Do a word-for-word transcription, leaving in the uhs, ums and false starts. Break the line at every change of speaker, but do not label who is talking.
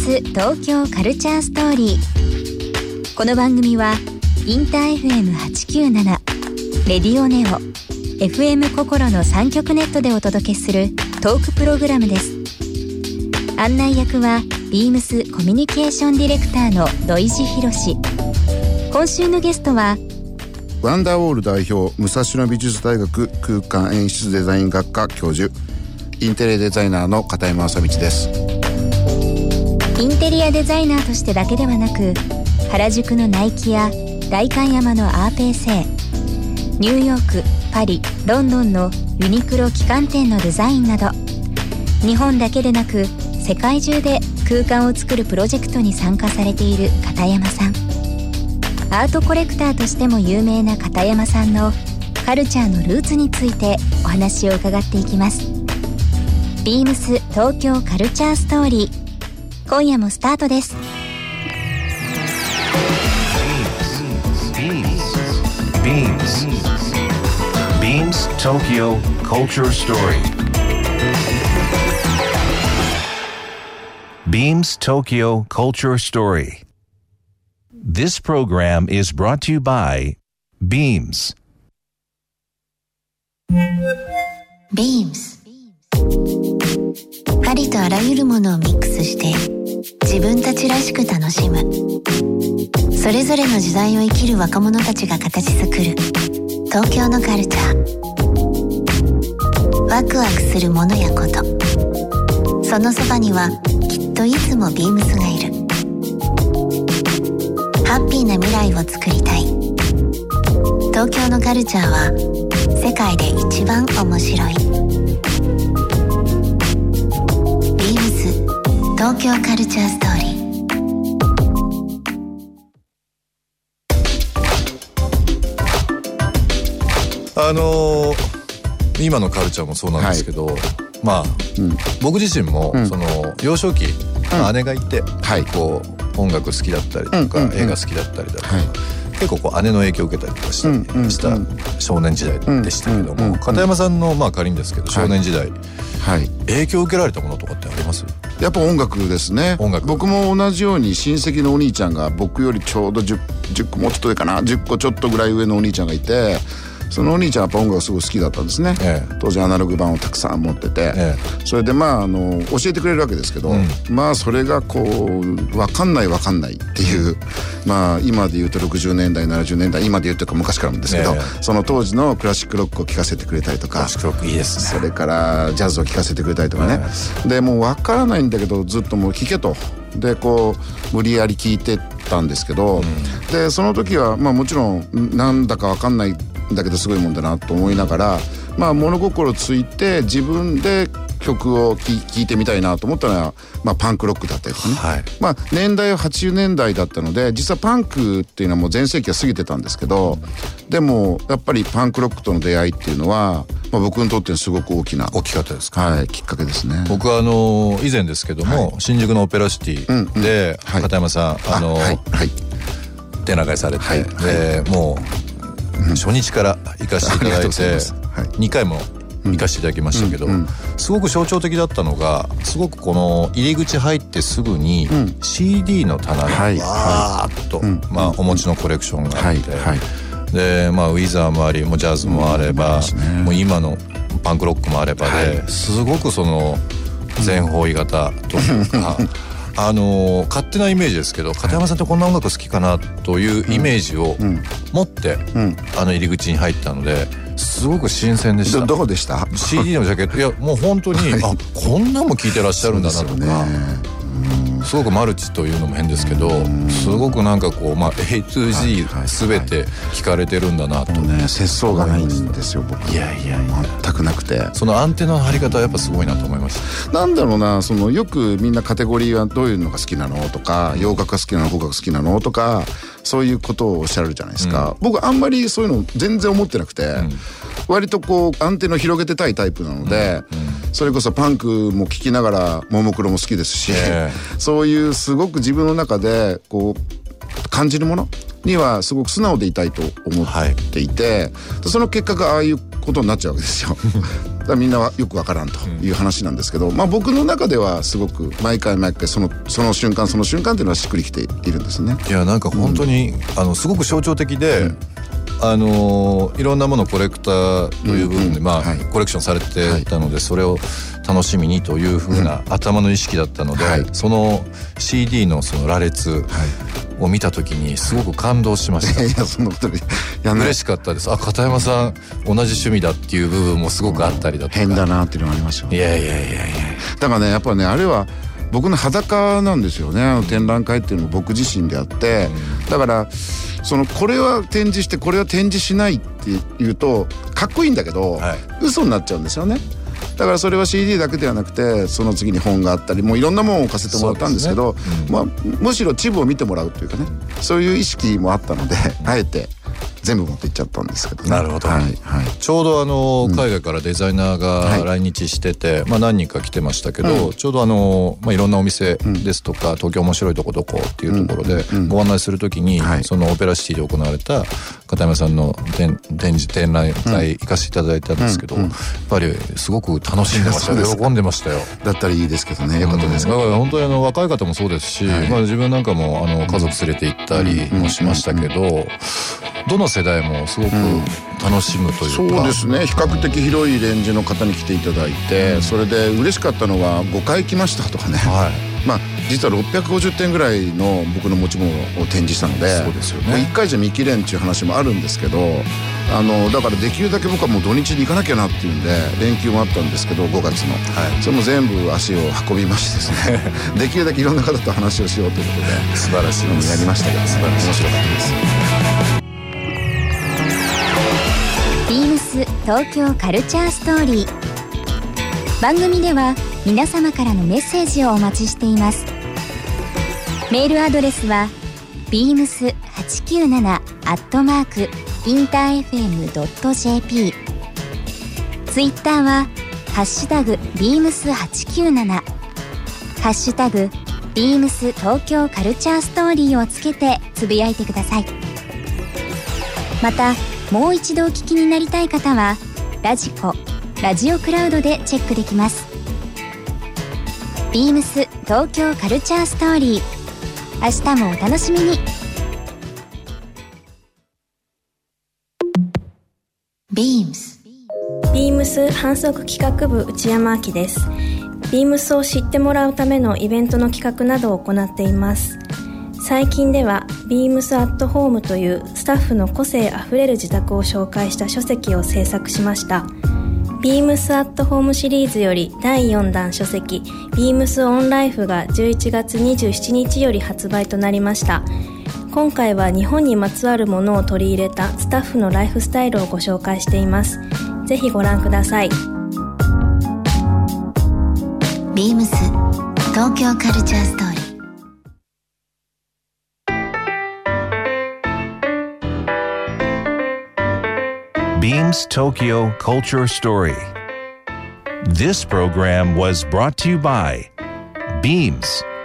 ス東京カルチャーストーリー。この番組はインター エフエムはちきゅうなな、レディオネオ、エフエム 心のさん局ネットでお届けするトークプログラムです。案内役はビームスコミュニケーションディレクターの土井博志。今週のゲストは
ワンダーウォール代表、武蔵野美術大学空間演出デザイン学科教授、インテリアデザイナーの片山正道です。
インテリアデザイナーとしてだけではなく、原宿のナイキや代官山のアーペー製、ニューヨーク、パリ、ロンドンのユニクロ旗艦店のデザインなど、日本だけでなく世界中で空間を作るプロジェクトに参加されている片山さん。アートコレクターとしても有名な片山さんのカルチャーのルーツについてお話を伺っていきます。ビームス東京カルチャーストーリー、今夜もスタートです。
ビームス ビームス Tokyo Culture Story. Beams Tokyo Culture Story. This program is brought to you by Beams.
Beams ありとあらゆるものをミックスして自分たちらしく楽しむ、それぞれの時代を生きる若者たちが形作る東京のカルチャー。ワクワクするものやこと、そのそばにはきっといつもビームスがいる。ハッピーな未来を作りたい。東京のカルチャーは世界で一番面白い。ビームス東京カルチャーストーリー。
あのー、今のカルチャーもそうなんですけど、はい、まあ、うん、僕自身も、うん、その幼少期、うん、姉がいて、はい、こう音楽好きだったりとか、うん、映画好きだったりだとか、はい、結構こう姉の影響を受けたりとかしたりした少年時代でしたけども、片山さんのまあ仮にですけど少年時代、はい、影響を受けられたものとかってあります？
やっぱ音楽ですね。音楽。僕も同じように親戚のお兄ちゃんが僕よりちょうど 10, 10個もうちょっと上かな、じゅっこちょっとぐらい上のお兄ちゃんがいて、そのお兄ちゃんはやっぱ音楽がすごい好きだったんですね、ええ、当時アナログ盤をたくさん持ってて、ええ、それでまあ、あの教えてくれるわけですけど、うん、まあそれがこう分かんない分かんないっていう、まあ今で言うとろくじゅうねんだいななじゅうねんだい、今で言うとか昔からもですけど、ええ、その当時のクラシックロックを聴かせてくれたりとか、
クラシックロックいいですね。
それからジャズを聴かせてくれたりとかね、ええ、でもう分からないんだけどずっともう聴けと、でこう無理やり聴いてたんですけど、うん、でその時はまあもちろんなんだか分かんないだけどすごいもんだなと思いながら、まあ物心ついて自分で曲を聴いてみたいなと思ったのは、まあ、パンクロックだったりとかね、はい、まあ年代ははちじゅうねんだいだったので、実はパンクっていうのはもう全盛期は過ぎてたんですけど、でもやっぱりパンクロックとの出会いっていうのは、まあ、僕にとってすごく大きな
大きかったですか、
はい、きっかけですね。
僕はあの以前ですけども、はい、新宿のオペラシティで、うんうん、片山さん、はい、あの、はいはい、展覧会されて、はい、でもう初日から行かせていただいて、はい、にかいも行かせていただきましたけど、うんうんうん、すごく象徴的だったのが、すごくこの入り口入ってすぐに シーディー の棚がわーっと、はいはい、まあ、お持ちのコレクションがあって、はいはい、で、まあ、ウィザーもあり、もうジャズもあれば、うん、もう今のパンクロックもあればで、はい、すごくその全方位型というか、あのー、勝手なイメージですけど、片山さんってこんな音楽好きかなというイメージを持って、うんうん、あの入り口に入ったので、すごく新鮮でした。
ど, どこでした？
シーディー のジャケット、いやもう本当に、はい、あ、こんなも聴いてらっしゃるんだなとか、すごくマルチというのも変ですけど、すごくなんかこう、まあ、エートゥージー 全て聞かれてるんだなと、
ね、節操がないんですよ僕。
いやいやいや、
全くなくて、
そのアンテナの張り方はやっぱすごいなと思いました。
なんだろうな、そのよくみんなカテゴリーはどういうのが好きなのとか、洋楽が好きなの、邦楽が好きなのとか、そういうことをおっしゃるじゃないですか、うん、僕あんまりそういうの全然思ってなくて、うん、割とこうアンテナを広げてたいタイプなので、うんうん、それこそパンクも聴きながらももクロも好きですし、えー、そういうすごく自分の中でこう感じるものにはすごく素直でいたいと思っていて、はい、その結果がああいうことになっちゃうわけですよからみんなはよくわからんという話なんですけど、まあ、僕の中ではすごく毎回毎回その、その瞬間その瞬間っていうのはしっくりきているんですね。
いやなんか本当に、うん、あのすごく象徴的で、うんあのー、いろんなものコレクターという部分で、うんうんまあはい、コレクションされてたので、はい、それを楽しみにというふうな頭の意識だったので、はい、その シーディー のその羅列を見た時にすごく感動しました。
いやそんなことや
嬉しかったです。あ片山さん同じ趣味だっていう部分もすごくあったりだとか、
変だなっていうのがありましたよね。
いやいやいやいや
だからねやっぱねあれは僕の裸なんですよね。あの展覧会っていうのも僕自身であって、うん、だからそのこれは展示してこれは展示しないっていうとかっこいいんだけど、はい、嘘になっちゃうんですよね。だからそれは シーディー だけではなくてその次に本があったりもういろんなものを置かせてもらったんですけど、ねうんまあ、むしろ地図を見てもらうというかねそういう意識もあったのであえて全部持っていっちゃったんですけどね。
なるほど、はいはい、ちょうどあの海外からデザイナーが来日してて、うんまあ、何人か来てましたけど、うん、ちょうどあの、まあ、いろんなお店ですとか、うん、東京面白いとこどこっていうところでご案内するときに、うんうん、そのオペラシティで行われた片山さんの展示展覧会行かせていただいたんですけど、うんうん、やっぱりすごく楽しんでましたよ。喜んでましたよ。
だったらいいですけどねよかったですけど、
うん、だから本当にあの若い方もそうですし、はいまあ、自分なんかもあの家族連れて行ったりもしましたけど、どの世代もすごく楽しむというか、うん、そうですね
比較的広いレンジの方に来ていただいて、うん、それで嬉しかったのはごかい来ましたとかね、はい、まあ実はろっぴゃくごじゅってんぐらいの僕の持ち物を展示したので、
そうですよね、
いっかいじゃ見切れんっていう話もあるんですけど、あのだからできるだけ僕はもう土日に行かなきゃなっていうんで連休もあったんですけどごがつの、はい、それも全部足を運びましてですねできるだけいろんな方と話をしようということで
素晴らしいです。
やりましたけど、素晴らしい面白かったです。
ビームス東京カルチャーストーリー。番組では皆様からのメッセージをお待ちしています。メールアドレスは ビームスはちきゅうなな アットマーク インターエフエム ドット ジェーピー。 ツイッターはハッシュタグ ビームスはちきゅうなな ハッシュタグ ビームス東京カルチャーストーリーをつけてつぶやいてください。またもう一度お聞きになりたい方はラジコ、ラジオクラウドでチェックできます。ビームス東京カルチャーストーリー、明日もお楽しみに。
ビームス
ビームス販促企画部内山明です。ビームスを知ってもらうためのイベントの企画などを行っています。最近ではビームスアットホームというスタッフの個性あふれる自宅を紹介した書籍を制作しました。ビームスアットホームシリーズよりだいよんだん書籍ビームスオンライフがじゅういちがつにじゅうしちにちより発売となりました。今回は日本にまつわるものを取り入れたスタッフのライフスタイルをご紹介しています。ぜひご覧ください。
ビームス東京カルチャーストーリー。
Beams Tokyo Culture Story. This program was brought to you by Beams